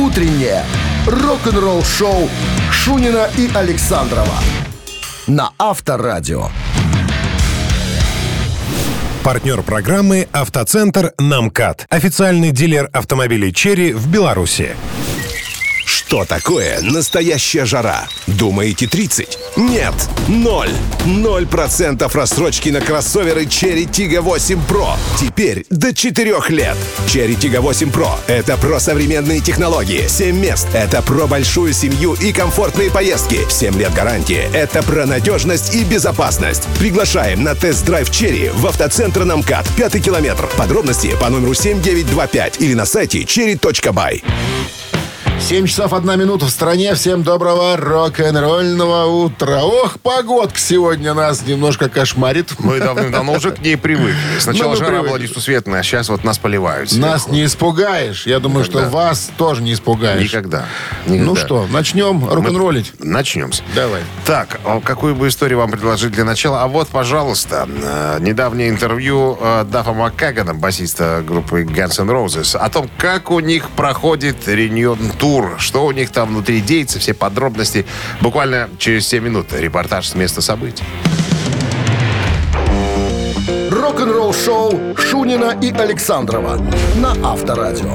Утреннее рок-н-ролл-шоу Шунина и Александрова на Авторадио. Партнер программы «Автоцентр Намкат». Официальный дилер автомобилей «Черри» в Беларуси. Что такое настоящая жара? Думаете 30? Нет, 0. 0% рассрочки на кроссоверы Cherry Tiggo 8 Pro. Теперь до 4 лет. Cherry Tiggo 8 Pro — это про современные технологии. 7 мест — это про большую семью и комфортные поездки. 7 лет гарантии — это про надежность и безопасность. Приглашаем на тест-драйв Cherry в автоцентр Намкат, 5-й километр. Подробности по номеру 7925 или на сайте cherry.by. 7 часов 1 минута в стране. Всем доброго рок-н-ролльного утра. Ох, погодка сегодня нас немножко кошмарит. Мы давно уже к ней привыкли. Сначала жара была несусветная, а сейчас вот нас поливают. Нас не испугаешь. Я думаю, что вас тоже не испугаешь. Никогда. Ну что, начнем рок-н-роллить? Начнем. Давай. Так, какую бы историю вам предложить для начала? А вот, пожалуйста, недавнее интервью Даффа Маккагана, басиста группы Guns N' Roses, о том, как у них проходит реюнион-тур, что у них там внутри деется, все подробности. Буквально через 7 минут репортаж с места событий. Рок-н-ролл-шоу Шунина и Александрова на Авторадио.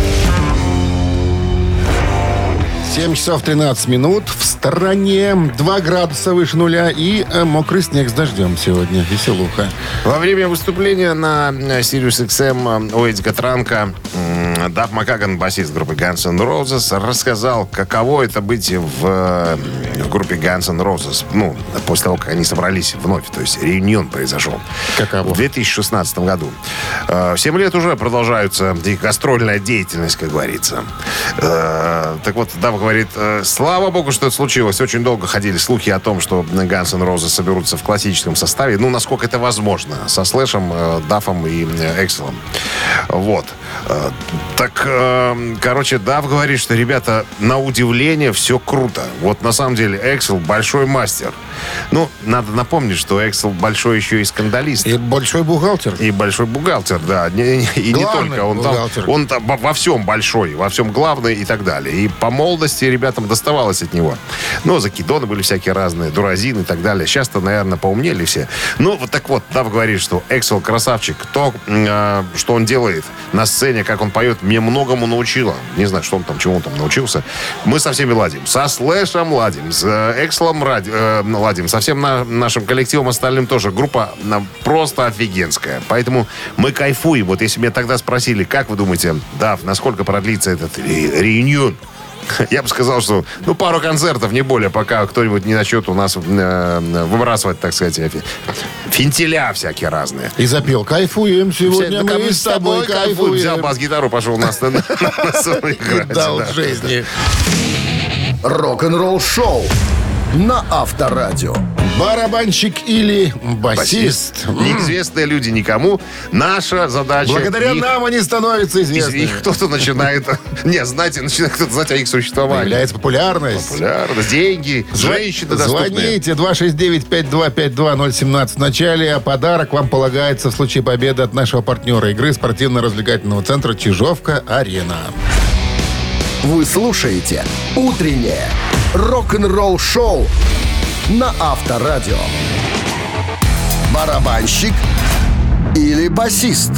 7 часов 13 минут. В стороне 2 градуса выше нуля и мокрый снег с дождем сегодня. Веселуха. Во время выступления на Sirius XM у Эдика Транка Дафф Маккаган, басист группы Guns N' Roses, рассказал, каково это быть в группе Guns N' Roses. Ну, после того, как они собрались вновь. То есть реюнион произошел. Каково? В 2016 году. 7 лет уже продолжаются их гастрольная деятельность, как говорится. Так вот, Дафф говорит, слава богу, что это случилось. Очень долго ходили слухи о том, что Guns N' Roses соберутся в классическом составе. Ну, насколько это возможно. Со Слэшем, Даффом и Экселом. Вот. Так, короче, Дафф говорит, что, ребята, на удивление все круто. Вот на самом деле Эксел большой мастер. Ну, надо напомнить, что Эксел большой еще и скандалист. И большой бухгалтер. И большой бухгалтер, да. И не только. Он там во всем большой, во всем главный и так далее. И по молодости ребятам доставалось от него. Ну, закидоны были всякие разные, дуразины и так далее. Сейчас-то, наверное, поумнели все. Ну, вот так вот, Дафф говорит, что Эксел красавчик. То, что он делает на сцене, как он поет, мне многому научило. Не знаю, что он там, чему он там научился. Мы со всеми ладим. Со Слэшем ладим, с Экселом ладим, со всем нашим коллективом остальным тоже. Группа просто офигенская. Поэтому мы кайфуем. Вот если меня тогда спросили, как вы думаете, Дафф, насколько продлится этот реюнион? Я бы сказал, что пару концертов, не более, пока кто-нибудь не начнет у нас выбрасывать, так сказать, фентиля всякие разные. И запел «Кайфуем сегодня, мы с тобой кайфуем». Взял бас-гитару, пошел на сцену играть. Дал жизни. Рок-н-ролл-шоу на Авторадио. Барабанщик или басист. Неизвестные люди никому. Наша задача... Благодаря нам они становятся известными. Их кто-то начинает... начинает кто-то знать о их существовании. Появляется популярность. Деньги, женщины доступные. Звоните 269-5252017 в начале. А подарок вам полагается в случае победы от нашего партнера игры спортивно-развлекательного центра «Чижовка-Арена». Вы слушаете «Утреннее рок-н-ролл-шоу» на Авторадио. Барабанщик или басист?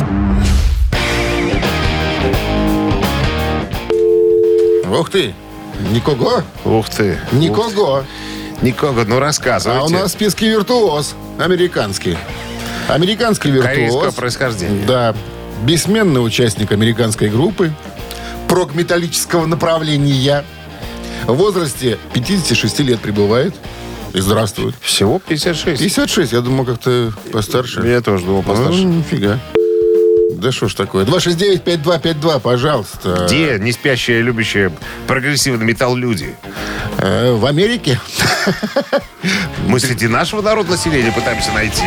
Ух ты! Никого? Ух ты! Никого! Никого, рассказывайте. А у нас в списке виртуоз. Американский. Американский виртуоз. Корейского происхождения. Да. Бессменный участник американской группы прог-металлического направления. В возрасте 56 лет пребывает. И здравствует. Всего 56? 56, я думал, как-то постарше. Я тоже думал постарше. Нифига. Да что ж такое. 269-5252, пожалуйста. Где не спящие, любящие прогрессивный металл люди? В Америке. Мы среди нашего народного населения пытаемся найти.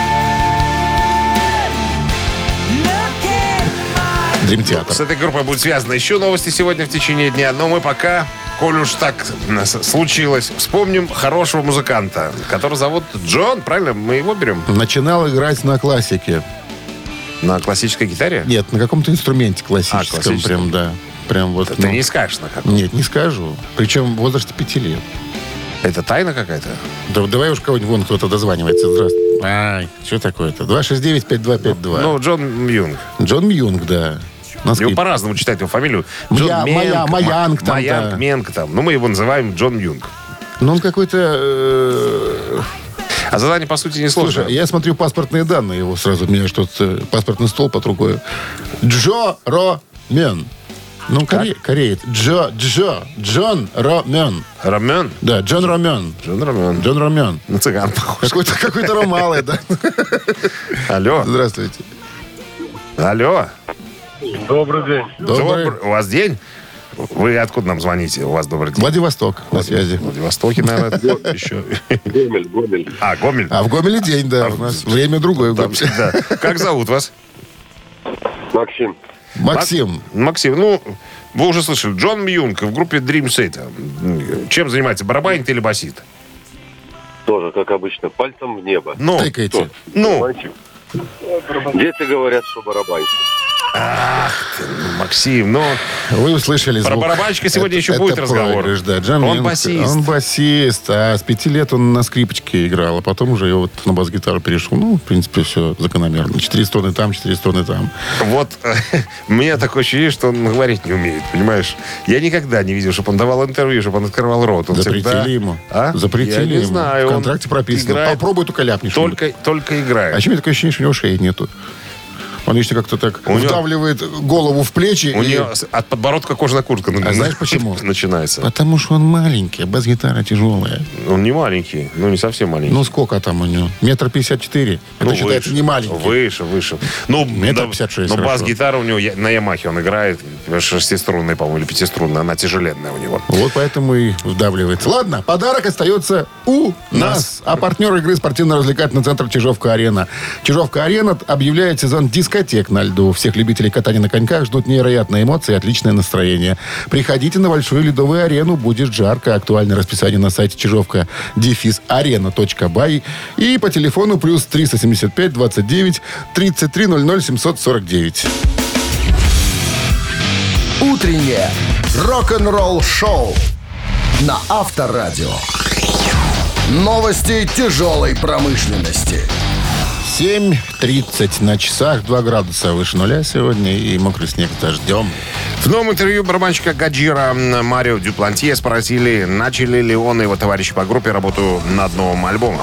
Дримтеатр. С этой группой будут связаны еще новости сегодня в течение дня. Но мы пока, коль уж так случилось, вспомним хорошего музыканта, который зовут Джон. Правильно? Мы его берем? Начинал играть на классике. На классической гитаре? Нет, на каком-то инструменте классическом. классическом. Прям, да. прям вот... Ты не скажешь на каком? Нет, не скажу. Причем в возрасте 5 лет. Это тайна какая-то? Да, давай уж кого-нибудь, вон кто-то дозванивается. Здравствуйте. Ай, что такое-то? 269-5252. Ну, Джон Мьюнг. Джон Мьюнг, да. Его по-разному читать его фамилию. Джон Маянг там, Маянг, да. Менг там. Ну, мы его называем Джон Мьюнг. Ну, он какой-то... А задание, по сути, не сложно. Слушай, я смотрю паспортные данные его сразу. У меня что-то... Паспортный стол под рукой. Джо Ро Мен. Ну, кореец. Джон Ромен. Ромен? Да, Джон Ромен. Джон Ромен. На цыган похож. Какой-то ромалый, да. Алло. Здравствуйте. Алло. Добрый день. Добрый. У вас день? Вы откуда нам звоните? У вас добрый день. Владивосток на связи. В Владивостоке, наверное, еще. Гомель. А, Гомель. А в Гомеле день, да. У нас время другое. Да. Как зовут вас? Максим. Максим. Ну, вы уже слышали, Джон Мьюнг в группе Dream Theater. Чем занимается? Барабанит или басит? Тоже, как обычно, пальцем в небо. Ну, Тыкайте. Барабанщик. Дети говорят, что барабанщик. Максим, ну... Вы услышали звук. Про барабанщика сегодня еще будет разговор. Проигрыш, да. Джон Он Мьюнг, басист. Он басист. А с 5 лет он на скрипочке играл. А потом уже вот на бас-гитару перешел. Ну, в принципе, все закономерно. 4 струны там, 4 струны там. Вот у меня такое ощущение, что он говорить не умеет, понимаешь? Я никогда не видел, чтобы он давал интервью, чтобы он открывал рот. Он Запретили всегда... ему. А? Запретили Я не ему. знаю. В контракте прописано. Играет... Попробуй только ляпнешь. Только играет. А чем такое ощущение, что у него шеи нету? Он вечно как-то так вдавливает голову в плечи. У нее от подбородка кожаная куртка. А знаешь почему? Начинается. Потому что он маленький, а бас-гитара тяжелая. Он не маленький, ну не совсем маленький. Ну, сколько там у него? 1,54 м. Это считается не маленький. Выше. Ну, 1,56 м. Но бас-гитара у него на Ямахе он играет. 6-струнная, по-моему, или 5-струнная. Она тяжеленная у него. Вот поэтому и вдавливается. Ладно, подарок остается у нас. А партнер игры спортивно-развлекательный центр «Чижовка-арена». «Чижовка-арена» объявляет сезон дискотек на льду. Всех любителей катания на коньках ждут невероятные эмоции и отличное настроение. Приходите на большую ледовую арену. Будет жарко. Актуальное расписание на сайте чижовка-арена.бай и по телефону плюс 375 29 33 00 749. Утреннее рок-н-ролл-шоу на Авторадио. Новости тяжелой промышленности. 7:30 на часах, 2 градуса выше нуля сегодня и мокрый снег с дождем. В новом интервью барабанщика Гаджира Марио Дюплантье спросили, начали ли он и его товарищи по группе работу над новым альбомом.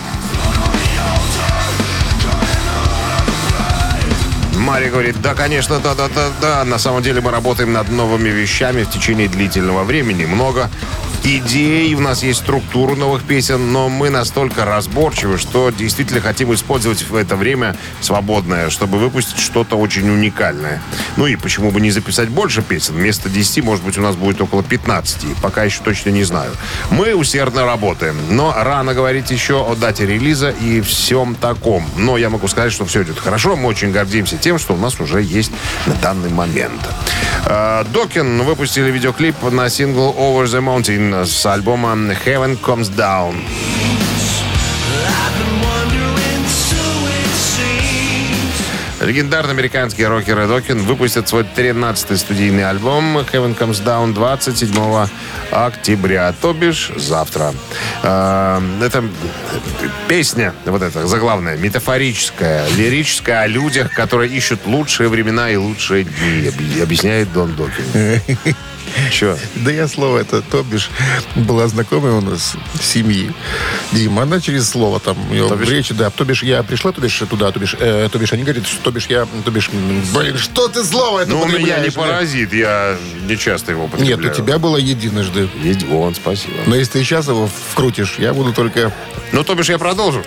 Мари говорит, да, конечно, да. На самом деле мы работаем над новыми вещами в течение длительного времени. Много идей, у нас есть структура новых песен, но мы настолько разборчивы, что действительно хотим использовать в это время свободное, чтобы выпустить что-то очень уникальное. Ну и почему бы не записать больше песен? Вместо 10, может быть, у нас будет около 15. Пока еще точно не знаю. Мы усердно работаем, но рано говорить еще о дате релиза и всем таком. Но я могу сказать, что все идет хорошо. Мы очень гордимся тем, что у нас уже есть на данный момент. Dokken выпустили видеоклип на сингл Over the Mountain с альбома Heaven Comes Down. Легендарный американский рокер Dokken выпустит свой 13-й студийный альбом Heaven Comes Down 27 октября, то бишь завтра. Это песня, вот эта заглавная, метафорическая, лирическая о людях, которые ищут лучшие времена и лучшие дни, объясняет Дон Dokken. Че? Да я слово это, то бишь, была знакомая у нас семьи. Дима, она через слово там, ее в речи, да, то бишь я пришла, то бишь туда, то бишь они говорят, то бишь я, то бишь, блин, что ты слово это употребляешь? Ну, у меня не паразит, я не часто его употребляю. Нет, у тебя было единожды. Вон, спасибо. Но если ты сейчас его вкрутишь, я буду только... Ну, то бишь я продолжу.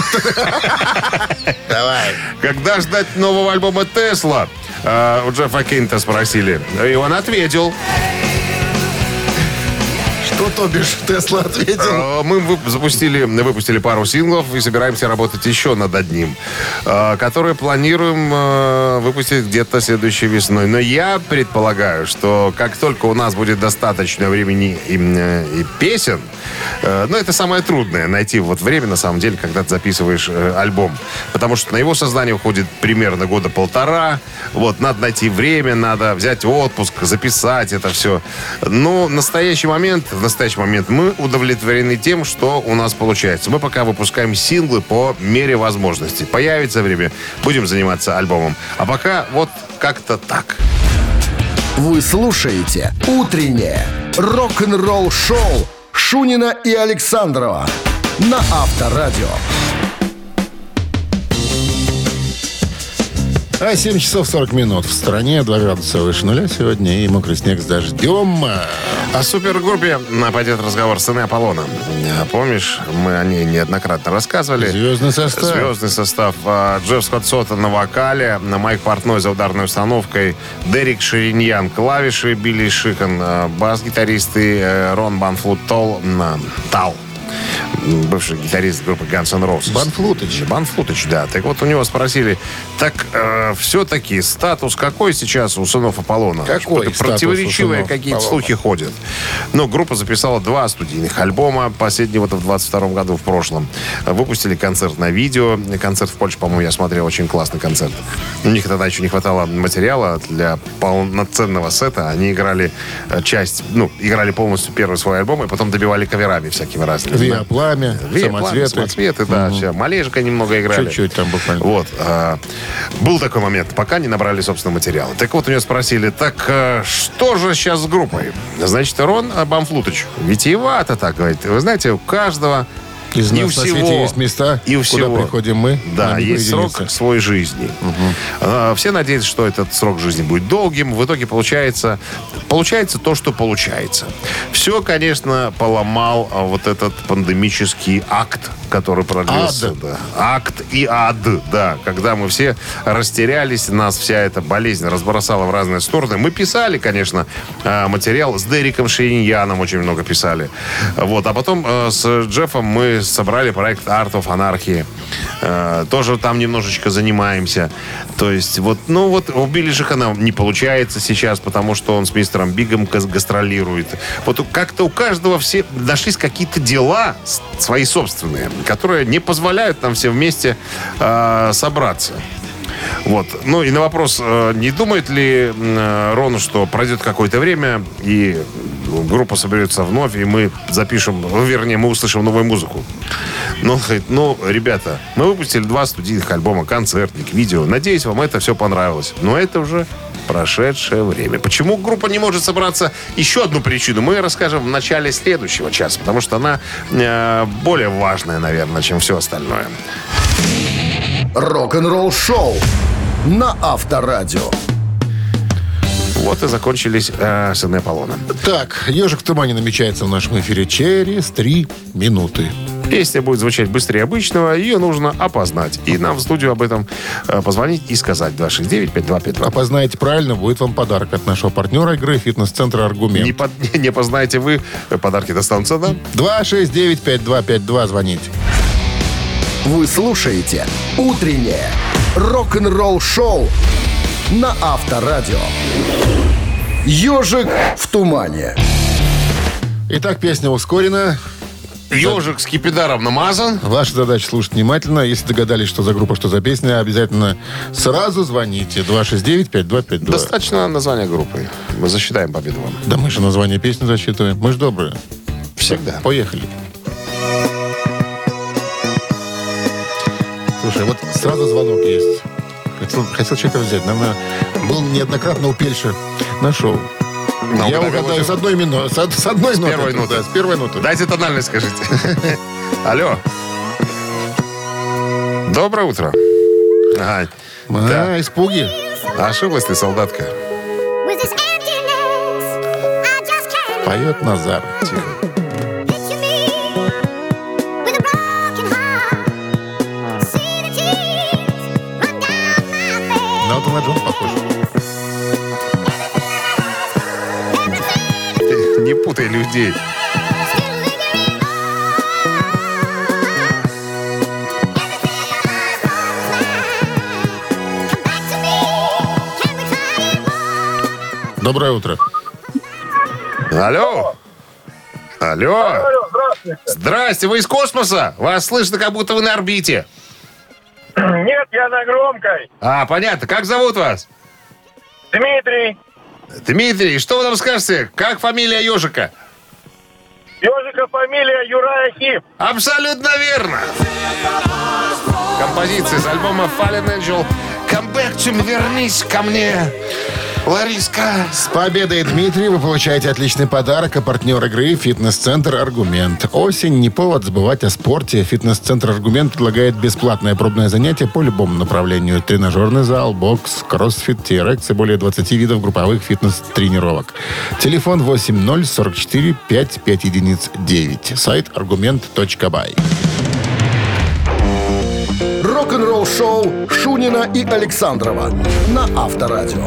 Давай. Когда ждать нового альбома Тесла? У Джеффа Кейнта спросили. И он ответил. Что, то бишь, Тесла ответил? Мы выпустили пару синглов и собираемся работать еще над одним, который планируем выпустить где-то следующей весной. Но я предполагаю, что как только у нас будет достаточно времени и песен, но это самое трудное, найти вот время, на самом деле, когда ты записываешь альбом. Потому что на его создание уходит примерно года полтора. Вот, надо найти время, надо взять отпуск, записать это все. Но в настоящий момент мы удовлетворены тем, что у нас получается. Мы пока выпускаем синглы по мере возможности. Появится время, будем заниматься альбомом. А пока вот как-то так. Вы слушаете «Утреннее рок-н-ролл-шоу» Шунина и Александрова на Авторадио. 7 часов 40 минут. В стране 2 градуса выше нуля сегодня и мокрый снег с дождем. О супергруппе пойдет разговор с сыны Аполлона. Помнишь, мы о ней неоднократно рассказывали. Звездный состав. Джефф Скотт Сота на вокале, Майк Портной за ударной установкой, Дерек Шириньян клавиши, Билли Шикан бас-гитаристы, Рон Банфлут Тал. Бывший гитарист группы Guns N' Roses. Банфлутыч, да. Так вот, у него спросили, так все-таки статус какой сейчас у сынов Аполлона? Какой статус? Противоречивые какие-то слухи ходят. Но группа записала 2 студийных альбома. Последний вот в 22 году, в прошлом. Выпустили концерт на видео. Концерт в Польше, по-моему, я смотрел. Очень классный концерт. У них тогда еще не хватало материала для полноценного сета. Они играли играли полностью первый свой альбом, и потом добивали каверами всякими разными. Пламя, самоцветы, да, все. Малежика немного играли. Чуть-чуть там буквально. Вот. Был такой момент, пока не набрали собственного материала. Так вот, у нее спросили, так что же сейчас с группой? Значит, Рон Банфлутыч, витиевато так говорит. Вы знаете, у каждого из нас на свете есть места, и куда приходим мы. Да, есть срок своей жизни. Все надеются, что этот срок жизни будет долгим. В итоге получается то, что получается. Все, конечно, поломал вот этот пандемический акт, который продлился. Да. Акт и ад, да. Когда мы все растерялись, нас вся эта болезнь разбросала в разные стороны. Мы писали, конечно, материал с Дереком Шириньяном, очень много писали. Вот. А потом с Джеффом мы собрали проект Art of Anarchy. Тоже там немножечко занимаемся. То есть, у Билли Шикана не получается сейчас, потому что он с мистером Бигом гастролирует. Вот как-то у каждого все нашлись какие-то дела свои собственные, которые не позволяют нам все вместе собраться. Вот. Ну и на вопрос, не думает ли Рон, что пройдет какое-то время, и группа соберется вновь, и мы мы услышим новую музыку. Но он говорит, ребята, мы выпустили 2 студийных альбома, концертник, видео. Надеюсь, вам это все понравилось. Но это уже прошедшее время. Почему группа не может собраться? Еще одну причину мы расскажем в начале следующего часа, потому что она более важная, наверное, чем все остальное. Рок-н-ролл-шоу на Авторадио. Вот и закончились сыны Аполлона. Так, «Ежик в тумане» намечается в нашем эфире через 3 минуты. Песня будет звучать быстрее обычного, ее нужно опознать. И нам в студию об этом позвонить и сказать. 269-5252. Опознаете правильно, будет вам подарок от нашего партнера игры «Фитнес-центра Аргумент». Не познаете вы, подарки достанутся нам. 269-5252, звоните. Вы слушаете «Утреннее рок-н-ролл-шоу» на Авторадио. «Ежик в тумане». Итак, песня ускорена. Ежик с скипидаром намазан. Ваша задача слушать внимательно. Если догадались, что за группа, что за песня, обязательно сразу звоните. 269-5252. Достаточно названия группы. Мы засчитаем победу вам. Да мы же название песни засчитываем. Мы же добрые. Всегда. Поехали. Слушай, вот сразу звонок есть. Хотел человека взять. Наверное, был неоднократно у Пельши на шоу. Я угадаю с одной ноты. С первой ноты. Да, с первой ноты. Дайте тональность, скажите. Алло. Доброе утро. Ага. Да, испуги. Ошиблась ты, солдатка. Поет Назар. Тихо. На вот на Джон похож. Не путай людей. Доброе утро. Алло. Алло. Здравствуйте. Здрасте, вы из космоса? Вас слышно, как будто вы на орбите. Нет, я на громкой. Понятно. Как зовут вас? Дмитрий. Дмитрий, что вы нам скажете? Как фамилия ежика? Ежика фамилия Юрай Хип. Абсолютно верно. Композиция из альбома Fallen Angel. Come back to me, вернись ко мне, Лариска. С победой, Дмитрий, вы получаете отличный подарок, а партнер игры «Фитнес-центр Аргумент». Осень не повод забывать о спорте. «Фитнес-центр Аргумент» предлагает бесплатное пробное занятие по любому направлению. Тренажерный зал, бокс, кроссфит, TRX и более 20 видов групповых фитнес-тренировок. Телефон 8044 55 единиц 9. Сайт argument.by. Рок-н-ролл-шоу Шунина и Александрова на Авторадио.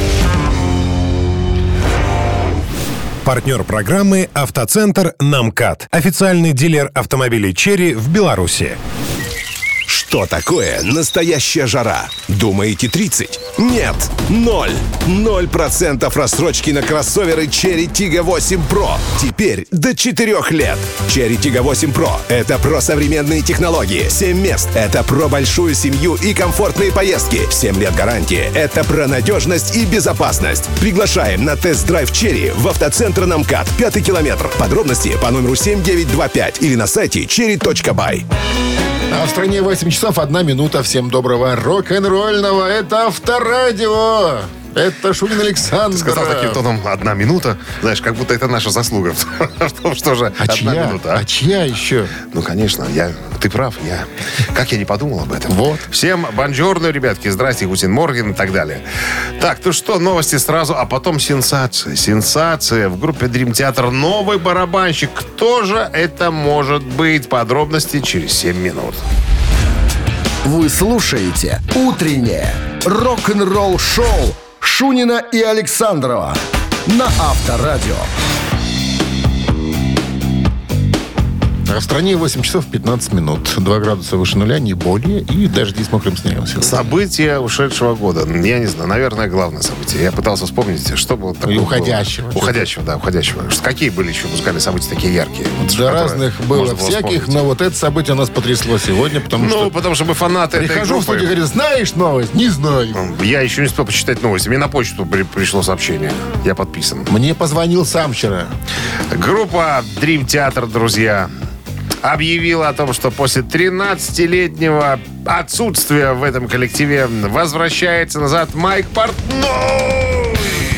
Партнер программы «Автоцентр Намкат». Официальный дилер автомобилей «Черри» в Беларуси. Что такое настоящая жара? Думаете 30? Нет, 0. 0% рассрочки на кроссоверы Cherry Tiggo 8 Pro. Теперь до 4 лет. Cherry Tiggo 8 Pro — это про современные технологии. 7 мест — это про большую семью и комфортные поездки. 7 лет гарантии — это про надежность и безопасность. Приглашаем на тест-драйв Cherry в автоцентр Намкат, 5-й километр. Подробности по номеру 7925 или на сайте cherry.by. А в стране 8 часов 1 минута. Всем доброго рок-н-ролльного. Это Авторадио. Это Шунин Александр. Ты сказал таким тоном 1 минута. Знаешь, как будто это наша заслуга. Что же, 1 минута. А чья еще? Ну, конечно, ты прав. Как я не подумал об этом. Вот. Всем бонжорно, ребятки. Здрасте, Гутин Морген и так далее. Так, ну что, новости сразу, а потом сенсация. Сенсация. В группе Dream Theater новый барабанщик. Кто же это может быть? Подробности через 7 минут. Вы слушаете «Утреннее рок-н-ролл-шоу» Шунина и Александрова на Авторадио. А в стране 8 часов 15 минут. 2 градуса выше нуля, не более. И дожди с мокрым снегом сегодня. События ушедшего года. Я не знаю, наверное, главное событие. Я пытался вспомнить, что было такое. И уходящего. Уходящего. Какие были еще музыкальные события такие яркие? Для разных было всяких, вспомнить. но вот это событие нас потрясло сегодня, потому что мы фанаты этой прихожу в группы. студию и говорю, знаешь новость? Не знаю. Я еще не успел почитать новости. Мне на почту пришло сообщение. Я подписан. Мне позвонил сам вчера. Группа Dream Theater, друзья, объявила о том, что после 13-летнего отсутствия в этом коллективе возвращается назад Майк Портной.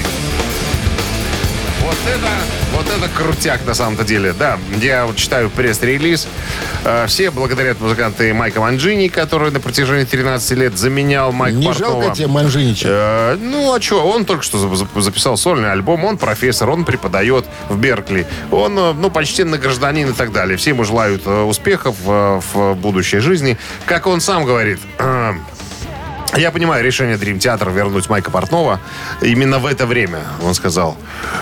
Вот это крутяк на самом-то деле. Да, я вот читаю пресс-релиз. Все благодарят музыканты Майка Манджини, который на протяжении 13 лет заменял Майка Портнова. Не жалко тебе Манджинича? А что? Он только что записал сольный альбом. Он профессор, он преподает в Беркли. Он, почтенный гражданин и так далее. Все ему желают успехов в будущей жизни. Как он сам говорит... Я понимаю решение Dream Theater вернуть Майка Портнова именно в это время, он сказал.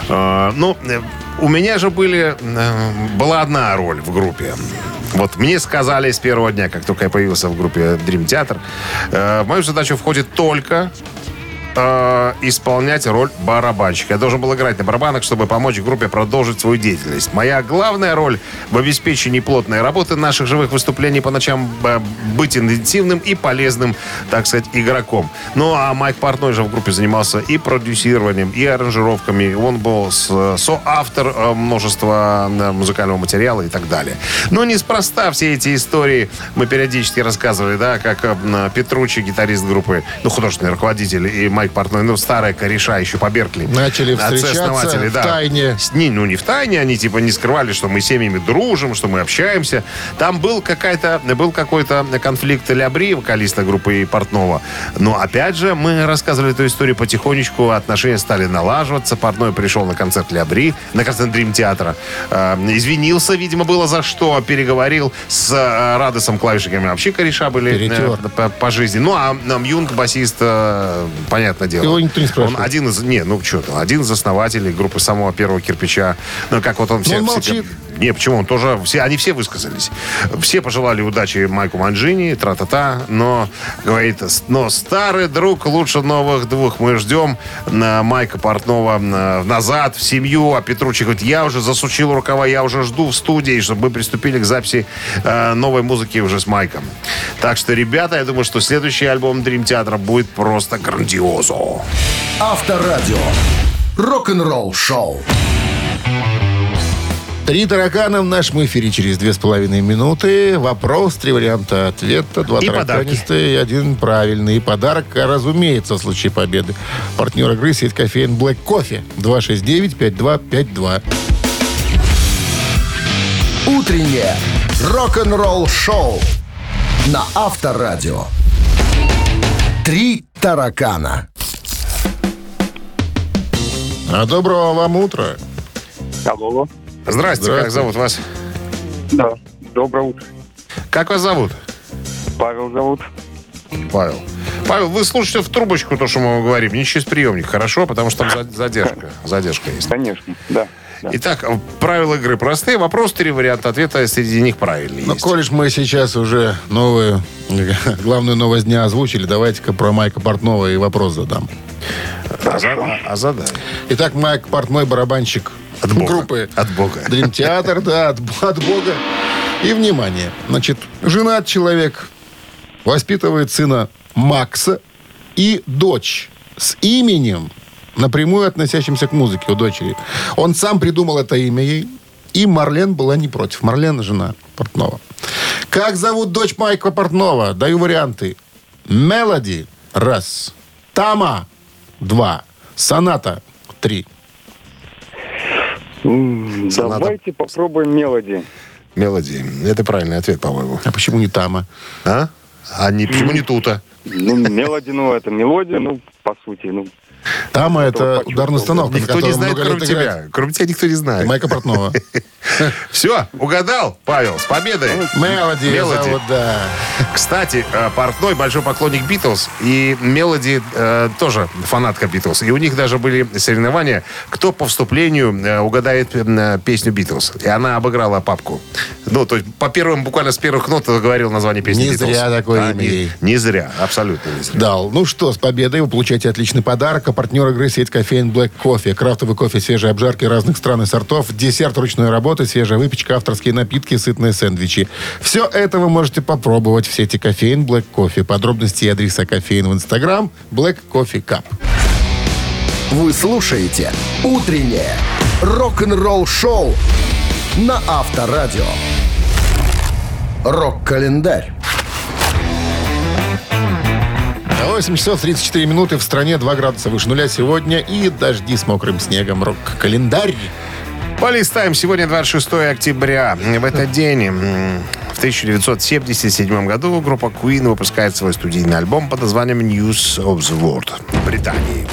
У меня же была одна роль в группе. Вот мне сказали с первого дня, как только я появился в группе Dream Theater, в мою задачу входит только исполнять роль барабанщика. Я должен был играть на барабанах, чтобы помочь группе продолжить свою деятельность. Моя главная роль в обеспечении плотной работы наших живых выступлений по ночам быть интенсивным и полезным, так сказать, игроком. Ну, а Майк Портной же в группе занимался и продюсированием, и аранжировками. Он был соавтор множества музыкального материала и так далее. Но неспроста все эти истории мы периодически рассказывали, да, как Петруччи, гитарист группы, художественный руководитель, и Майк Портной, старые кореша еще по Беркли. Начали встречаться в тайне. Не в тайне, они не скрывали, что мы с семьями дружим, что мы общаемся. Там был какой-то конфликт Лябри, вокалиста группы Портнова. Но опять же, мы рассказывали эту историю потихонечку, отношения стали налаживаться. Портной пришел на концерт Лябри, на концерт Dream Theater. Извинился, видимо, было за что, переговорил с Радосом, клавишниками. Вообще кореша были по жизни. Ну, а Юнг, басист, понятное дело. Его никто не спрашивает. Он один из основателей группы самого первого кирпича. Ну, как вот он всех Не, почему? Он тоже... Они все высказались. Все пожелали удачи Майку Манджини, тра-та-та, но, говорит, но старый друг лучше новых двух. Мы ждем Майка Портнова назад, в семью. А Петруччи говорит, я уже засучил рукава, я уже жду в студии, чтобы мы приступили к записи новой музыки уже с Майком. Так что, ребята, я думаю, что следующий альбом Dream Theater будет просто грандиозо. Авторадио. Рок-н-ролл шоу. 3 таракана в нашем эфире через 2,5 минуты. Вопрос, 3 варианта ответа, 2 И тараканистые и 1 правильный. И подарок, разумеется, в случае победы. Партнер игры — сеть кофеин Black Coffee. 269-5252. Утреннее рок-н-ролл шоу на Авторадио. 3 таракана. Доброго вам утра. Алло. Здравствуйте, как зовут вас? Да, доброе утро. Как вас зовут? Павел зовут. Павел. Павел, вы слушайте в трубочку то, что мы вам говорим, не через приемник, хорошо? Потому что там задержка есть. Конечно, да. Итак, правила игры простые. Вопрос, 3 варианта ответа, среди них правильные есть. Коль ж мы сейчас уже главную новость дня озвучили, давайте-ка про Майка Портнова и вопрос задам. Задай. Итак, Майк Портной, барабанщик От Бога. группы От Бога. Dream Theater, да, от Бога. И, внимание, значит, женат человек, воспитывает сына Макса и дочь с именем, напрямую относящимся к музыке у дочери. Он сам придумал это имя ей, и Марлен была не против. Марлен — жена Портнова. Как зовут дочь Майка Портнова? Даю варианты. Мелоди — 1. Тама — 2. Соната — 3. Давайте попробуем мелодии. Мелодии. Это правильный ответ, по-моему. А почему не Тама? А? Почему не тута? Мелодия, это мелодия, по сути, Тама — это ударная установка, на Никто не которой знает, много кроме лет играет. тебя. Кроме тебя никто не знает. Майка Портнова. Все, угадал, Павел, с победой. Мелоди зовут, да. Кстати, Портной большой поклонник Битлз, и Мелоди тоже фанатка Битлз. И у них даже были соревнования, кто по вступлению угадает песню Битлз. И она обыграла папку. То есть буквально с первых нот говорил название песни Не Битлз. зря такое имя ей. Не зря, абсолютно не зря. Дал. Ну что, с победой вы получаете отличный подарок. А партнер игры — сеть кофеин Black Coffee. Крафтовый кофе, свежие обжарки разных стран и сортов, десерт ручной работы, свежая выпечка, авторские напитки, сытные сэндвичи. Все это вы можете попробовать в сети кофеин Black Coffee. Подробности и адреса кофеин в Инстаграм Black Coffee Cup. Вы слушаете «Утреннее рок-н-ролл шоу» на Авторадио. Рок-календарь. 8 часов 34 минуты. В стране 2 градуса выше нуля сегодня и дожди с мокрым снегом. Рок-календарь. Полистаем. Сегодня 26 октября. В этот день, в 1977 году, группа Queen выпускает свой студийный альбом под названием News of the World в Британии.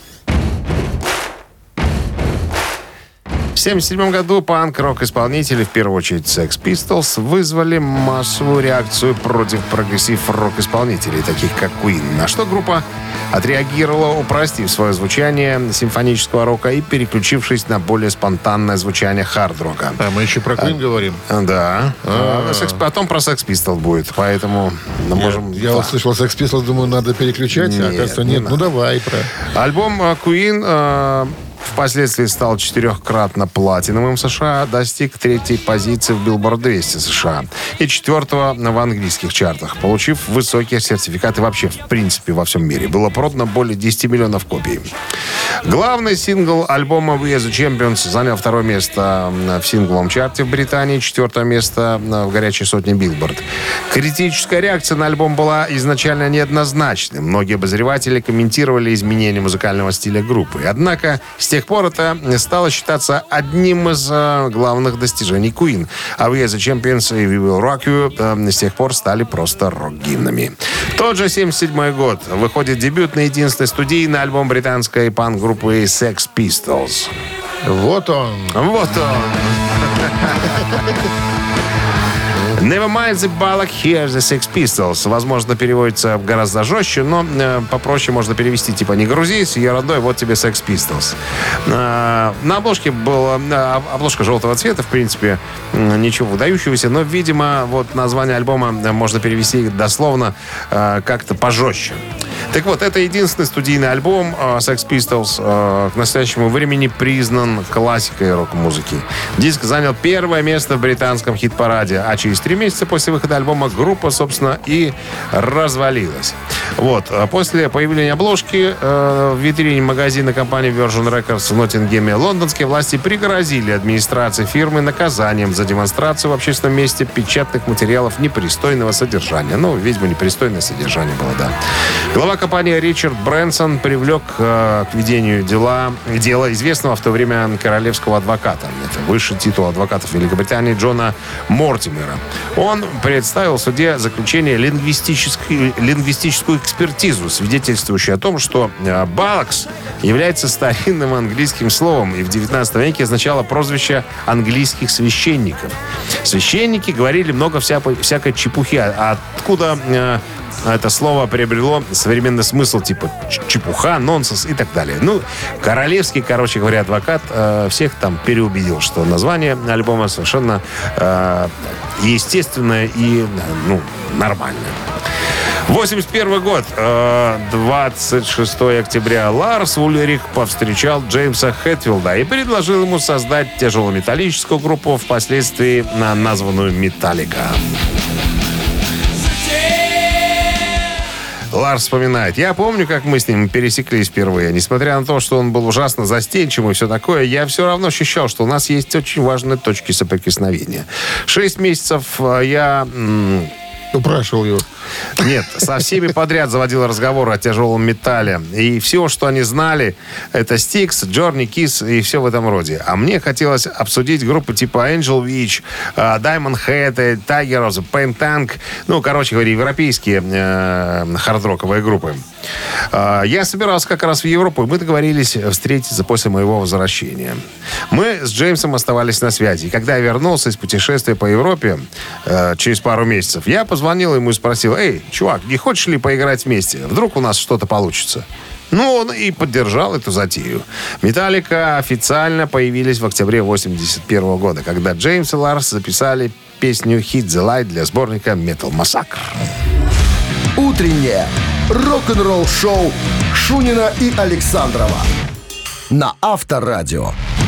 В 1977 году панк-рок-исполнители, в первую очередь Sex Pistols, вызвали массовую реакцию против прогрессив-рок-исполнителей, таких как Queen. На что группа отреагировала, упростив свое звучание симфонического рока и переключившись на более спонтанное звучание хард-рока. А мы еще про Queen говорим? Да. Потом про Sex Pistols будет, поэтому можем... Я услышал Sex Pistols, думаю, надо переключать, а оказывается нет. Ну давай про... Альбом Queen... впоследствии стал 4-кратно платиновым в США, достиг 3-й позиции в Billboard 200 США и 4-го в английских чартах, получив высокие сертификаты вообще, в принципе, во всем мире. Было продано более 10 миллионов копий. Главный сингл альбома We Are The Champions занял 2-е место в сингловом чарте в Британии, 4-е место в горячей сотне Billboard. Критическая реакция на альбом была изначально неоднозначной. Многие обозреватели комментировали изменения музыкального стиля группы. Однако с тех пор это стало считаться одним из главных достижений Queen. А We Are The Champions и We Will Rock You с тех пор стали просто рок-гимнами. Тот же 1977 год выходит дебютный единственный студийный альбом британской панк-группы Sex Pistols. Вот он. Вот он. Never mind the Balak, here's the Sex Pistols. Возможно, переводится гораздо жестче, но попроще можно перевести, типа, не грузи с ерундой, вот тебе Sex Pistols. На обложке была обложка желтого цвета, в принципе, ничего выдающегося, но, видимо, вот название альбома можно перевести дословно как-то пожестче. Так вот, это единственный студийный альбом Sex Pistols, к настоящему времени признан классикой рок-музыки. Диск занял первое место в британском хит-параде, а через 3 месяца после выхода альбома группа, собственно, и развалилась. Вот. После появления обложки в витрине магазина компании Virgin Records в Ноттингеме лондонские власти пригрозили администрации фирмы наказанием за демонстрацию в общественном месте печатных материалов непристойного содержания. Ну, видимо, непристойное содержание было, да. Глава компании Ричард Брэнсон привлек к ведению дела известного в то время королевского адвоката. Это высший титул адвокатов Великобритании Джона Мортимера. Он представил в суде заключение лингвистическую экспертизу, свидетельствующую о том, что «балакс» является старинным английским словом и в 19 веке означало прозвище английских священников. Священники говорили много всякой чепухи. А откуда это слово приобрело современный смысл, типа чепуха, нонсенс и так далее. Ну, королевский, короче говоря, адвокат всех там переубедил, что название альбома совершенно естественное и нормальное. 81 год, 26 октября, Ларс Ульрих повстречал Джеймса Хэтфилда и предложил ему создать тяжелометаллическую группу, впоследствии названную «Металлика». Ларс вспоминает: «Я помню, как мы с ним пересеклись впервые. Несмотря на то, что он был ужасно застенчивым и все такое, я все равно ощущал, что у нас есть очень важные точки соприкосновения. 6 месяцев я...» Упрашивал его. Нет, со всеми подряд заводил разговоры о тяжелом металле. И все, что они знали, это Styx, Journey, Kiss и все в этом роде. А мне хотелось обсудить группы типа Angel Witch, Diamond Head, Tiger of the Pain Tank. Ну, короче говоря, европейские хард-роковые группы. Я собирался как раз в Европу, и мы договорились встретиться после моего возвращения. Мы с Джеймсом оставались на связи. И когда я вернулся из путешествия по Европе через пару месяцев, я позвонил ему и спросил: «Эй, чувак, не хочешь ли поиграть вместе? Вдруг у нас что-то получится?» Ну, он и поддержал эту затею. «Металлика» официально появились в октябре 1981 года, когда Джеймс и Ларс записали песню «Hit the Light» для сборника Metal Massacre. Утреннее рок-н-ролл-шоу Шунина и Александрова на Авторадио.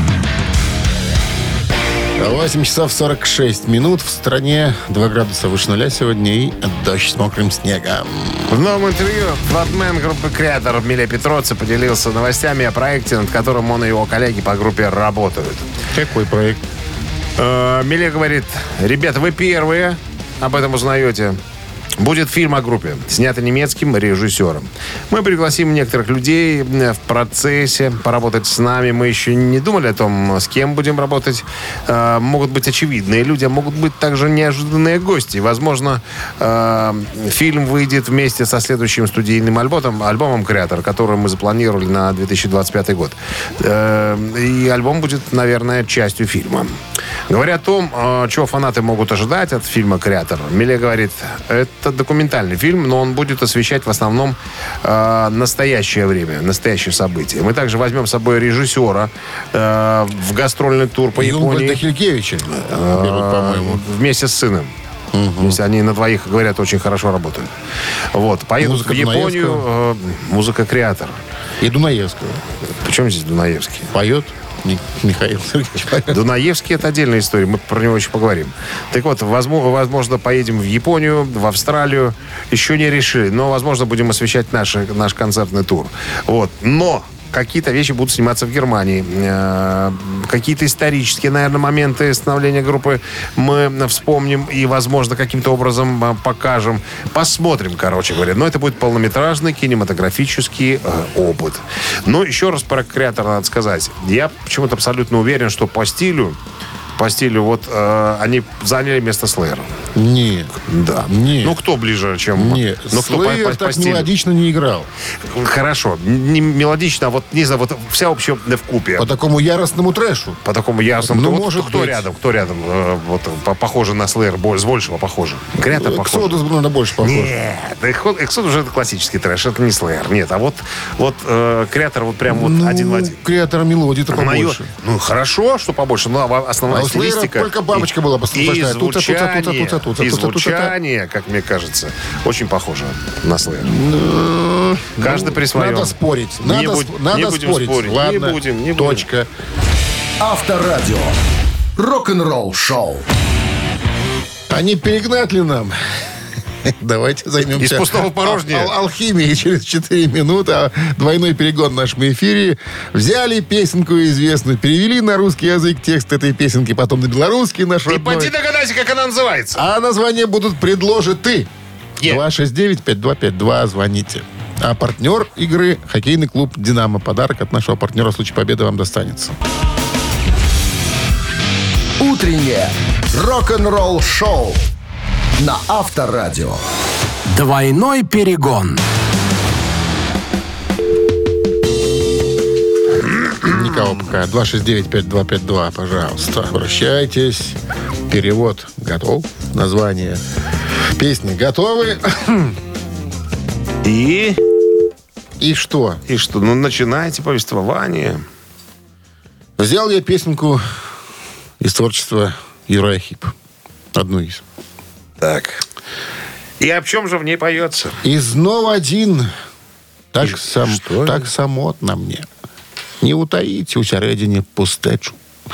8 часов 46 минут. В стране 2 градуса выше нуля сегодня и дождь с мокрым снегом. В новом интервью фронтмен группы «Креатор» Миле Петроцци поделился новостями о проекте, над которым он и его коллеги по группе работают. Какой проект? Миле говорит: «Ребята, вы первые об этом узнаете. Будет фильм о группе, снятый немецким режиссером. Мы пригласим некоторых людей в процессе поработать с нами. Мы еще не думали о том, с кем будем работать. Могут быть очевидные люди, а могут быть также неожиданные гости. Возможно, фильм выйдет вместе со следующим студийным альбомом «Креатор», который мы запланировали на 2025 год. И альбом будет, наверное, частью фильма». Говоря о том, чего фанаты могут ожидать от фильма «Креатор», Миле говорит: «Это документальный фильм, но он будет освещать в основном настоящее время, настоящие события. Мы также возьмем с собой режиссера в гастрольный тур по Японии». Хилькевича берут, по-моему. Вместе с сыном. Угу. Они на двоих, говорят, очень хорошо работают. Вот. Поедут в Японию. Музыка «Креатор». И Дунаевского. Причем здесь Дунаевский? Поет Михаил Сергеевич. Дунаевский — это отдельная история, мы про него еще поговорим. Так вот, возможно, поедем в Японию, в Австралию, еще не решили, но, возможно, будем освещать наш концертный тур. Вот. Но какие-то вещи будут сниматься в Германии. Какие-то исторические, наверное, моменты становления группы мы вспомним и, возможно, каким-то образом покажем. Посмотрим, короче говоря. Но это будет полнометражный кинематографический опыт. Но еще раз про «Креатор» надо сказать. Я почему-то абсолютно уверен, что по стилю вот они заняли место Slayer. Нет. Да. Нет. Ну, кто ближе, чем... Нет. Ну, кто Слэйр по так стилю? мелодично не играл. Хорошо. Не мелодично, а вот, не знаю, вот вся общая вкупе. По такому яростному трэшу. По такому ясному. Ну, Вот может кто быть. рядом? Кто рядом? Вот, похоже на Слэйр, с большего похоже. Креатор похож. Эксодус, надо больше похож. Нет, Эксодус уже это классический трэш, это не Слэйр. Нет, а вот Креатор вот прям вот один в один. Креатора мелодии-то побольше. Ну, хорошо, что побольше, но основная А у Слэйра стилистика... только бабочка была И послушная. звучание, как мне кажется, очень похоже на Слэйр. Каждый при своем. Надо спорить. Не Надо будем спорить. спорить. Ладно, Не будем. точка. Авторадио. Рок-н-ролл шоу. А не перегнать ли нам? Давайте займемся Из пустого в порожнее. алхимией через 4 минуты. Двойной перегон в нашем эфире. Взяли песенку известную, перевели на русский язык текст этой песенки, потом на белорусский наш И родной. поди догадайся, как она называется. А название будут предложены. Е. 269-5252. Звоните. А партнер игры — хоккейный клуб «Динамо». Подарок от нашего партнера в случае победы вам достанется. Утреннее рок-н-ролл шоу на Авторадио. Двойной перегон. Никого пока. 269-5252, пожалуйста. Обращайтесь. Перевод готов. Название песни готовы. И что? что? Ну, начинайте повествование. Взял я песенку из творчества Юрия Хип. Одну из. Так. И о чем же в ней поется? И знов один. Так, что так самотно мне. Не утаить усередині пустечу.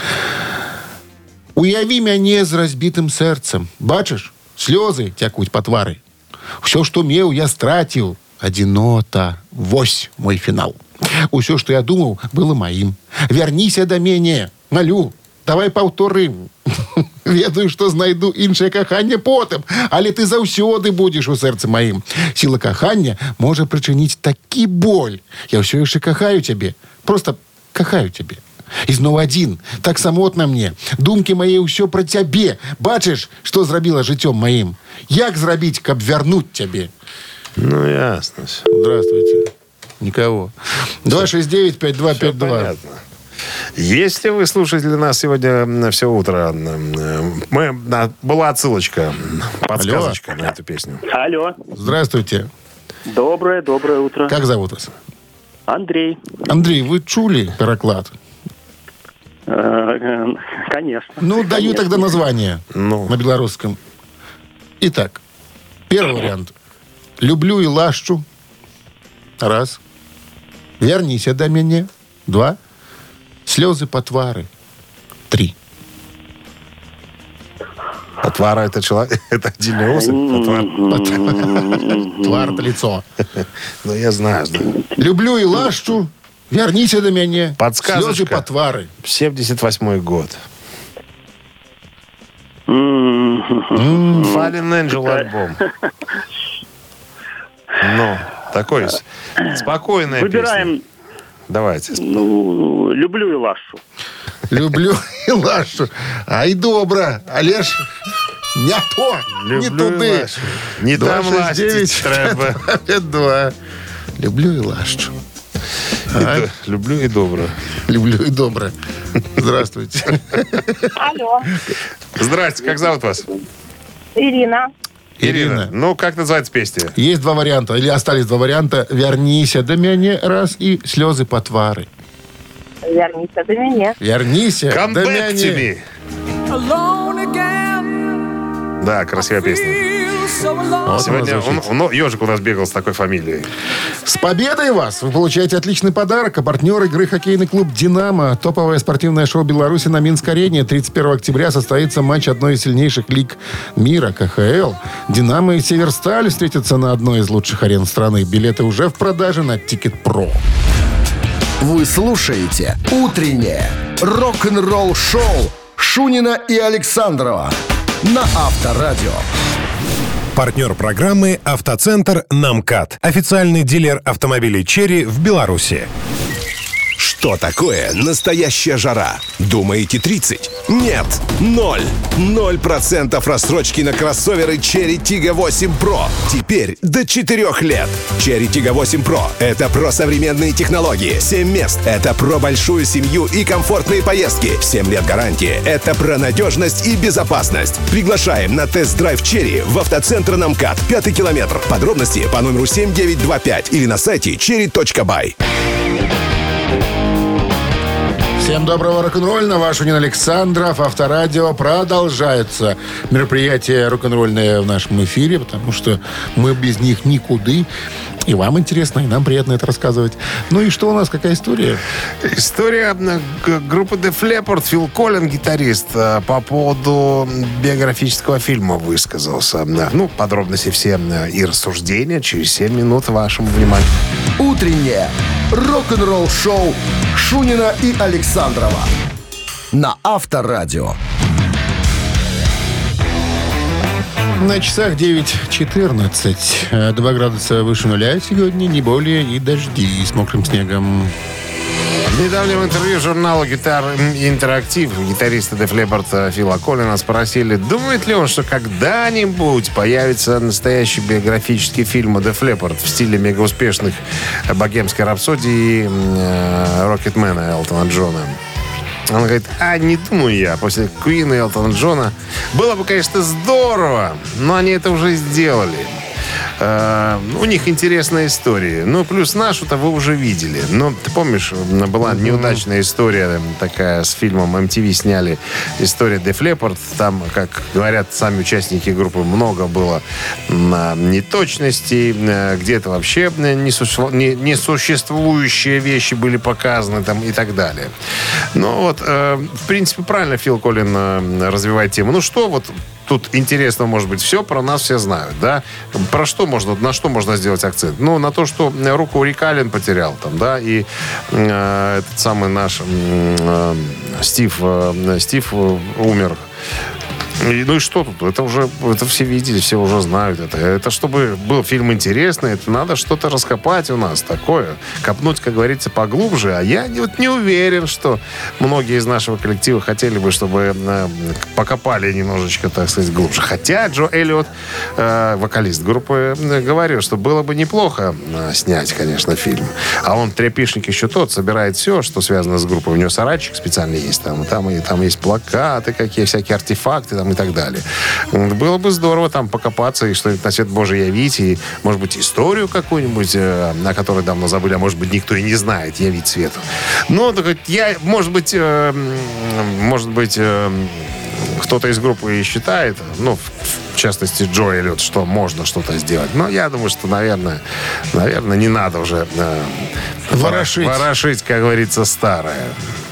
Уяви мяне з разбитым сердцем. Бачиш, слезы тякуть по твары. Все, что меў, я стратил. Одинота. Вось мой финал. Усё, что я думал, было моим. Верніся до мяне. Молю. Давай паўторым. Ведаю, што знайду іншае каханне потым, але ты заўсёды будзеш у сэрцы маім. Сіла кахання можа прычыніць такі боль. Я ўсё яшчэ кахаю цябе. Просто кахаю цябе. І зноў адзін. Так самотна мне. Думкі мае ўсё пра цябе. Бачыш, што зрабіла жыццём маім? Як зрабіць, каб вярнуць цябе? Ну, ясно. Здравствуйте. Никого. 269-5252. Понятно. Если вы слушаете нас сегодня все утро, была отсылочка, подсказочка на эту песню. Алло. Здравствуйте. Доброе утро. Как зовут вас? Андрей. Андрей, вы чули переклад? Конечно. Ну, даю тогда название на белорусском. Итак, первый вариант. Люблю и лашчу. Раз. Верніся до мяне. Два. Слезы по твары. Три. Отвара это человек, это отдельный особь. Твар — это лицо. Ну, я знаю. Люблю и лашчу. Верніся до мяне. Подсказочка. Слезы по твары. 78-й год. Fallen Angel альбом. Ну, такой спокойная Выбираем. песня. Давайте. Ну, люблю и лашу. Люблю и лашу. Ай, добра. Але ж не то, не туди. Не там ластить треба. 2. Люблю и лашу. Люблю и добро. Люблю и добро. Здравствуйте. Алло, Здрасте, как зовут вас? Ирина. Ирина. Ну, как называется песня? Есть два варианта. Или остались два варианта. Верніся до мяне. Раз. И слезы по твары. Верніться до мене. Верніся до Come back мяне. to me. Да, красивая песня. Вот Сегодня она звучит. ежик у нас бегал с такой фамилией. С победой вас! Вы получаете отличный подарок. А партнер игры хоккейный клуб «Динамо». Топовое спортивное шоу Беларуси на Минск-арене. 31 октября состоится матч одной из сильнейших лиг мира, КХЛ. «Динамо» и «Северсталь» встретятся на одной из лучших арен страны. Билеты уже в продаже на Тикет.Про. Вы слушаете «Утреннее рок-н-ролл-шоу» Шунина и Александрова на Авторадио. Партнер программы «Автоцентр Намкат». Официальный дилер автомобилей «Черри» в Беларуси. Что такое настоящая жара? Думаете 30? Нет, 0. 0% рассрочки на кроссоверы Cherry Tiggo 8 Pro. Теперь до 4 лет. Cherry Tiggo 8 Pro — это про современные технологии. 7 мест — это про большую семью и комфортные поездки. 7 лет гарантии — это про надежность и безопасность. Приглашаем на тест-драйв Cherry в автоцентр на МКАД, 5-й километр. Подробности по номеру 7925 или на сайте cherry.by. Всем доброго рок-н-ролла. Ваш Нин Александров. Авторадио. Продолжается мероприятие рок-н-ролльное в нашем эфире, потому что мы без них никуды. И вам интересно, и нам приятно это рассказывать. Ну и что у нас, какая история? История группы Def Leppard. Фил Коллин, гитарист, по поводу биографического фильма высказался. Ну, подробности все и рассуждения через 7 минут вашему вниманию. Утреннее рок-н-ролл-шоу Шунина и Александрова на Авторадио. На часах 9:14. 2 градуса выше нуля сегодня, не более, и дожди с мокрым снегом. В недавнем интервью журналу «Гитар Интерактив» гитариста Def Leppard Фила Коллина спросили, думает ли он, что когда-нибудь появится настоящий биографический фильм о Def Leppard в стиле мегауспешных «Богемской рапсодии» и «Рокетмена» Элтона Джона. Он говорит, не думаю я, после Queen и Элтона Джона. Было бы, конечно, здорово, но они это уже сделали. У них интересная история. Ну, плюс нашу-то вы уже видели. Ну, ты помнишь, была неудачная история такая с фильмом MTV сняли. История Def Leppard. Там, как говорят сами участники группы, много было неточностей. Где-то вообще несуществующие вещи были показаны там, и так далее. Ну, вот, в принципе, правильно Фил Коллин развивает тему. Ну, что вот тут интересно, может быть, все про нас все знают, да? Про что можно, на что можно сделать акцент? Ну, на то, что руку Рик Аллен потерял там, да, и этот самый наш Стив умер. Ну и что тут? Это все видели, все уже знают. Это чтобы был фильм интересный, это надо что-то раскопать у нас такое. Копнуть, как говорится, поглубже. А я не уверен, что многие из нашего коллектива хотели бы, чтобы покопали немножечко, так сказать, глубже. Хотя Джо Эллиот, вокалист группы, говорил, что было бы неплохо снять, конечно, фильм. А он тряпишник еще тот, собирает все, что связано с группой. У него сарайчик специальный есть. Там есть плакаты, какие всякие артефакты там, и так далее. Было бы здорово там покопаться и что-нибудь на свет Божий явить, и, может быть, историю какую-нибудь, о которой давно забыли, а может быть, никто и не знает, явить свету. Ну, может быть, кто-то из группы и считает, ну, в частности, Джо Эллиот, что можно что-то сделать. Но я думаю, что, наверное, не надо уже ворошить, как говорится, старое.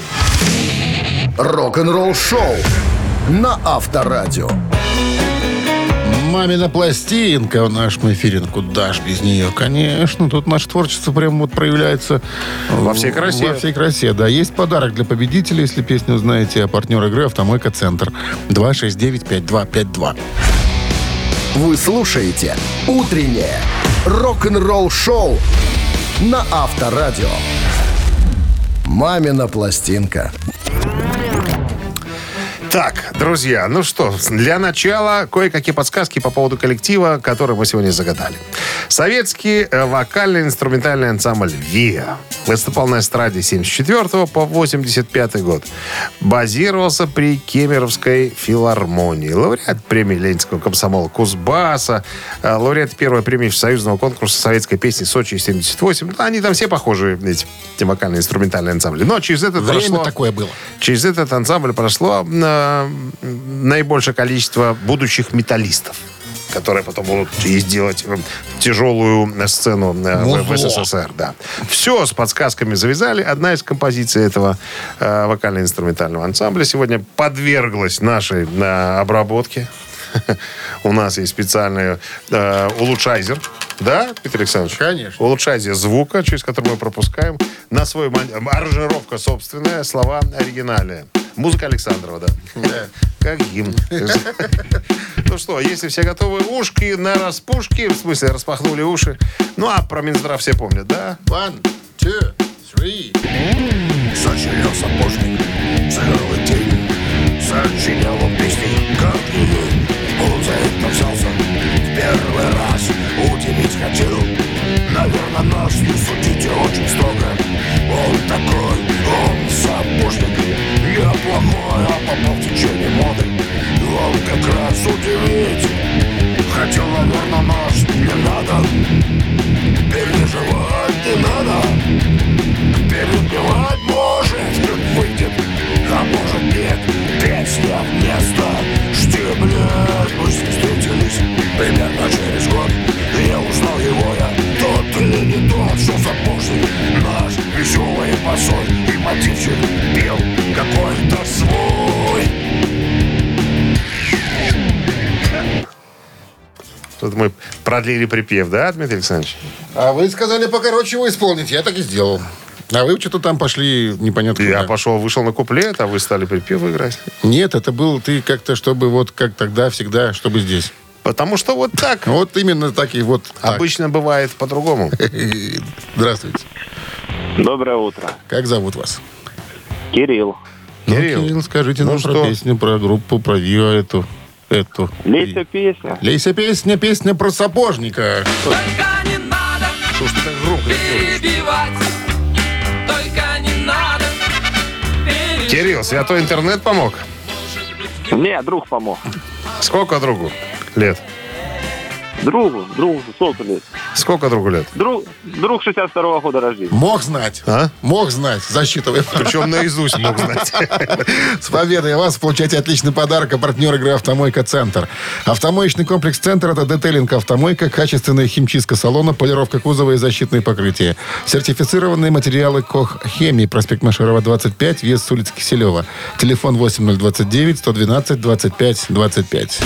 Рок-н-ролл-шоу на Авторадио. «Мамина пластинка» в нашем эфире. Ну, куда ж без нее? Конечно, тут наше творчество прямо вот проявляется во всей красе. Во всей красе, да. Есть подарок для победителя, если песню узнаете. А партнер игры «Автомойка Центр». 269-5252. Вы слушаете «Утреннее рок-н-ролл-шоу» на Авторадио. «Мамина пластинка». Так, друзья, ну что, для начала кое-какие подсказки по поводу коллектива, который мы сегодня загадали. Советский вокально-инструментальный ансамбль «ВИА» выступал на эстраде с 1974 по 1985 год. Базировался при Кемеровской филармонии. Лауреат премии Ленинского комсомола Кузбасса, лауреат первой премии всесоюзного конкурса советской песни «Сочи 78». Они там все похожи, эти вокально-инструментальные ансамбли. Но через этот такое было. Через этот ансамбль прошло наибольшее количество будущих металлистов, которые потом будут делать тяжелую сцену в СССР. Да. Все с подсказками завязали. Одна из композиций этого вокально-инструментального ансамбля сегодня подверглась нашей обработке. У нас есть специальный улучшайзер. Да, Петр Александрович? Конечно. Улучшайзер звука, через который мы пропускаем на свой аранжировка собственная, слова оригинальные. Музыка Александрова, да. Как гимн. Ну что, если все готовы, ушки на распушки, в смысле распахнули уши. Ну, а про Минздрав все помнят, да? 1, 2, Зачерел сапожник, целый день. Сочинял он песни, как не лень. Он за это взялся в первый раз. Удивить хотел. Наверное, нас не судите очень строго. Он такой, он сапожник. Неплохой, а попал в течение моды. Он как раз удивить хотел, наверное, нас не надо. Переживать не надо. Перебивать может выйдет, а может нет. Песня вместо штиблет. Мы с ним встретились примерно через год. Я узнал его, я тот или не тот, что сапожник наш веселый посой. И мотивчик пел какой-то свой. Тут мы продлили припев, да, Дмитрий Александрович? А вы сказали покороче его исполнить. Я так и сделал. А вы что-то там пошли непонятно куда. Я вышел на куплет, а вы стали припев играть. Нет, это был ты как-то, чтобы вот как тогда, всегда, чтобы здесь. Потому что вот так. Вот именно так и вот так. Обычно бывает по-другому. Здравствуйте. Доброе утро. Как зовут вас? Кирилл. Кирилл, скажите нам про песню, про группу, про Вио эту. Лейся песня. Лейся песня, песня про сапожника. Только не надо Что ж ты так громко перебивать. Только не надо переживать. Кирилл, святой интернет помог? Не, друг помог. Сколько другу лет? Другу сколько лет? Сколько другу лет? Друг 62-го года рождения. Мог знать. А? Мог знать. Засчитываем. Причем наизусть мог знать. С победой вас! Получайте отличный подарок. А партнер игры «Автомойка Центр». Автомоечный комплекс «Центр» — это детейлинг автомойка, качественная химчистка салона, полировка кузова и защитные покрытия. Сертифицированные материалы «Кох Хемии». Проспект Машерова, 25, въезд с улицы Киселева. Телефон 8029 112 25 25.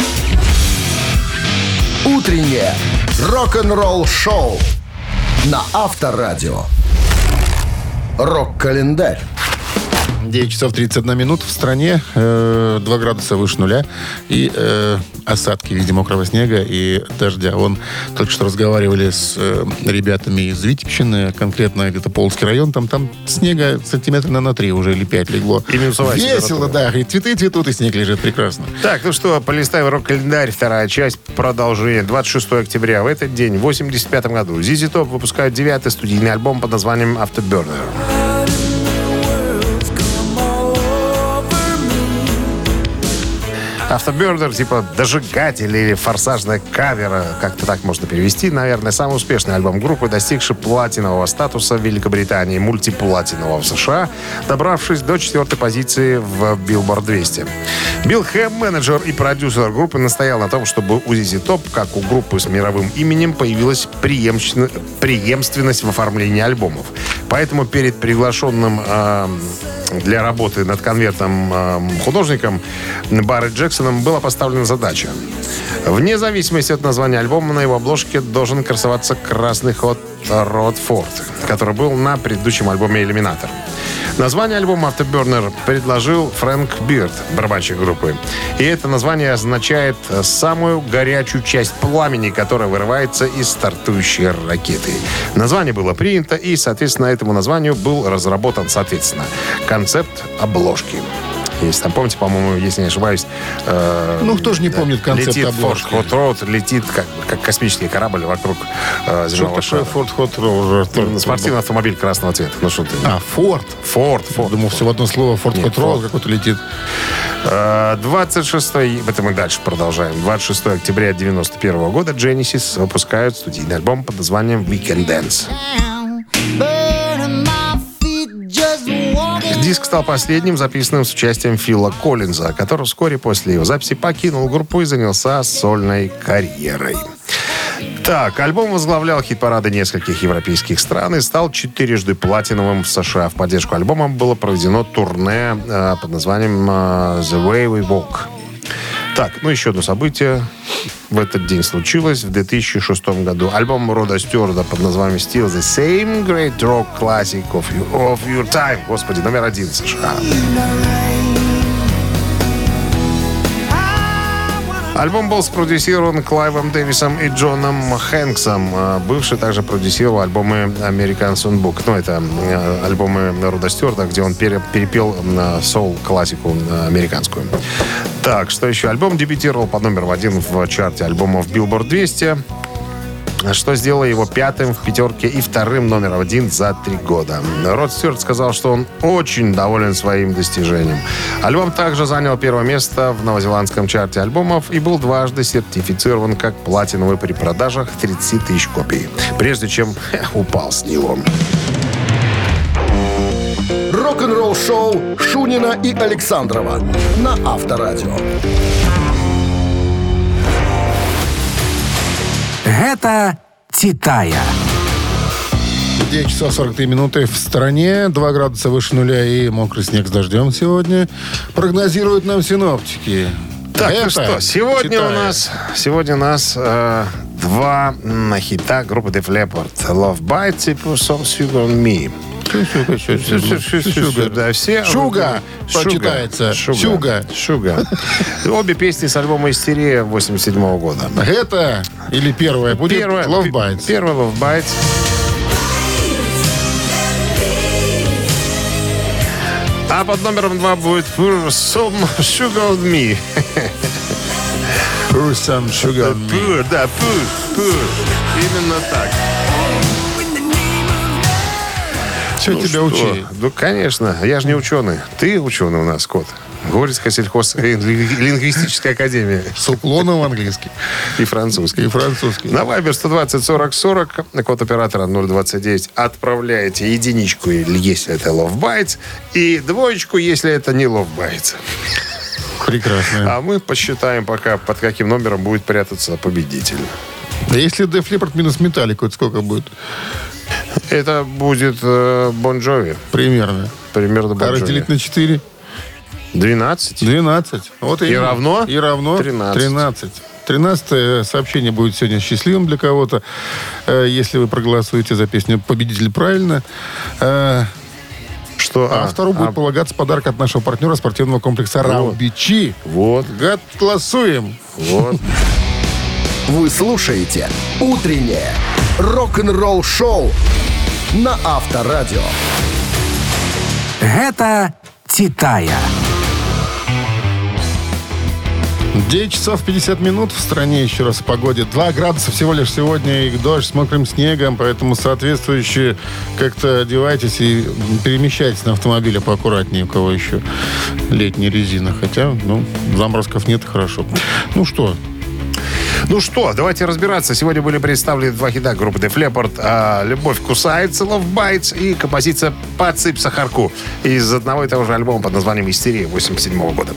Утреннее рок-н-ролл-шоу на Авторадио. Рок-календарь. 9 часов 31 минут в стране, 2 градуса выше нуля и осадки в виде мокрого снега и дождя. Только что разговаривали с ребятами из Витебщины, конкретно где-то Полоцкий район, там снега сантиметра на 3 уже или 5 легло. И минусовая весело, температура. да, и цветы цветут, и снег лежит прекрасно. Так, ну что, полистаем рок-календарь, вторая часть, продолжение. 26 октября. В этот день, в 1985 году, ZZ Top выпускают 9-й студийный альбом под названием «Afterburner». Afterburner, типа дожигатель или форсажная кавера, как-то так можно перевести, наверное, самый успешный альбом группы, достигший платинового статуса в Великобритании, мультиплатинового в США, добравшись до 4-й позиции в Billboard 200. Билл Хэм, менеджер и продюсер группы, настоял на том, чтобы у ZZ Top, как у группы с мировым именем, появилась преемственность в оформлении альбомов. Поэтому перед приглашенным для работы над конвертом художником Барри Джексоном была поставлена задача. Вне зависимости от названия альбома, на его обложке должен красоваться красный Hot Rod Ford, который был на предыдущем альбоме «Элиминатор». Название альбома «Afterburner» предложил Фрэнк Бирд, барабанщик группы. И это название означает самую горячую часть пламени, которая вырывается из стартующей ракеты. Название было принято, и, соответственно, этому названию был разработан, соответственно, концепт обложки. Если там, помните, по-моему, если не ошибаюсь... кто же не помнит концепт летит обложки? Ford Hot Rod, летит как космический корабль вокруг земного шара. Что такое Ford Hot Rod? Спортивный автомобиль красного цвета. Ну что ты? Ford. Ford. Думал, все в одно слово. Ford Hot Rod какой-то летит. 26-й, это мы дальше продолжаем. 26 октября 1991 года Genesis выпускают студийный альбом под названием We Can Dance. Диск стал последним, записанным с участием Фила Коллинза, который вскоре после его записи покинул группу и занялся сольной карьерой. Так, альбом возглавлял хит-парады нескольких европейских стран и стал 4-жды платиновым в США. В поддержку альбома было проведено турне под названием The Way We Walk. Так, еще одно событие в этот день случилось в 2006 году. Альбом Рода Стюарда под названием Still the Same Great Rock Classic of Your Time. Господи, номер 1 в США. Альбом был спродюсирован Клайвом Дэвисом и Джоном Хэнксом. Бывший также продюсировал альбомы American Songbook. Ну, это альбомы Рода Стюарта, где он перепел соул-классику американскую. Так, что еще? Альбом дебютировал под номером 1 в чарте альбомов Billboard 200, что сделало его 5-м в пятерке и 2-м номером 1 за 3 года. Род Стюарт сказал, что он очень доволен своим достижением. Альбом также занял 1 место в новозеландском чарте альбомов и был дважды сертифицирован как платиновый при продажах 30 тысяч копий, прежде чем упал с него. Рок-н-ролл-шоу Шунина и Александрова на Авторадио. Гэта «Титая». 9 часов 43 минуты в стране, 2 градуса выше нуля и мокрый снег с дождем сегодня. Прогнозируют нам синоптики. Так, ну что, сегодня у нас 2 хита группы Def Leppard. Love Bites и Some Sugar on Me. Шуга почитается. Шуга. Обе песни с альбома «Истерия» 87 года. Это или первая будет Love Bites? Первая Love Bites. А под номером 2 будет Pour Some Sugar on Me. Pour Some Sugar on Me. Pour, да, pour. Именно так. Что тебя учили? Ну, конечно. Я же не ученый. Ты ученый у нас, Кот. Горецкая сельхозлингвистическая академия. С уклоном в английский. И французский. На Viber 120 40 40, код оператора 029. Отправляете единичку, если это Love Bites, и двоечку, если это не Love Bites. Прекрасно. А мы посчитаем пока, под каким номером будет прятаться победитель. Да если Def Leppard минус Metallica, это сколько будет? Это будет Bon Jovi. Примерно Bon Jovi. А разделить на 4? 12. 12. Вот и равно? И равно 13. 13 сообщение будет сегодня счастливым для кого-то, если вы проголосуете за песню «Победитель» правильно. Что? Автору будет полагаться подарок от нашего партнера спортивного комплекса «Раубичи». Вот. Голосуем. Вот. Вы слушаете «Утреннее рок-н-ролл-шоу» на Авторадио. Гэта «Титая». 9 часов 50 минут в стране. Еще раз о погоде. 2 градуса всего лишь сегодня и дождь с мокрым снегом. Поэтому соответствующе как-то одевайтесь и перемещайтесь на автомобиле поаккуратнее, у кого еще летняя резина. Хотя, заморозков нет, хорошо. Ну что, давайте разбираться. Сегодня были представлены 2 хита группы Def Leppard. «Любовь кусается», Love Bites, и композиция «Подсыпь сахарку» из одного и того же альбома под названием «Истерия» 87 года.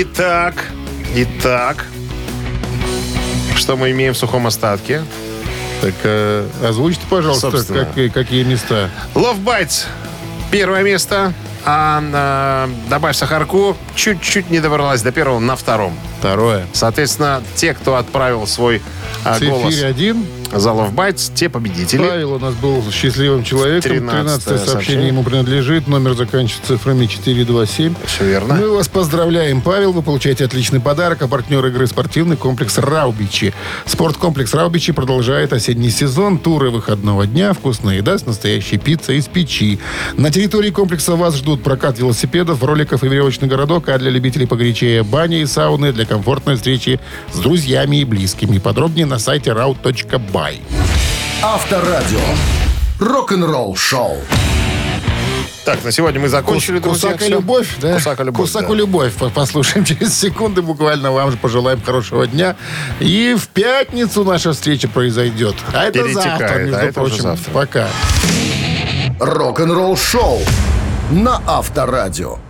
Итак, что мы имеем в сухом остатке? Так озвучьте, пожалуйста, какие места. Love Bites — 1 место, а «Добавь сахарку» чуть-чуть не добралась до 1-го, на 2-м. 2-е. Соответственно, те, кто отправил свой голос эфире 1 за Love Bites, те победители. Павел у нас был счастливым человеком. 13-е сообщение ему принадлежит. Номер заканчивается цифрами 427. Все верно. Мы вас поздравляем, Павел. Вы получаете отличный подарок. А партнер игры — спортивный комплекс «Раубичи». Спорткомплекс «Раубичи» продолжает осенний сезон. Туры выходного дня, вкусная еда с настоящей пиццей из печи. На территории комплекса вас ждут прокат велосипедов, роликов и веревочный городок, а для любителей погорячее бани и сауны для комфортной встречи с друзьями и близкими. Подробнее на сайте rau.by. Авторадио. Рок-н-ролл-шоу. Так, на сегодня мы закончили, друзья. Кусак и любовь, да? Кусак и любовь. Послушаем через секунды. Буквально вам же пожелаем хорошего дня. И в пятницу наша встреча произойдет. А это завтра, между прочим. Пока. Рок-н-ролл-шоу на Авторадио.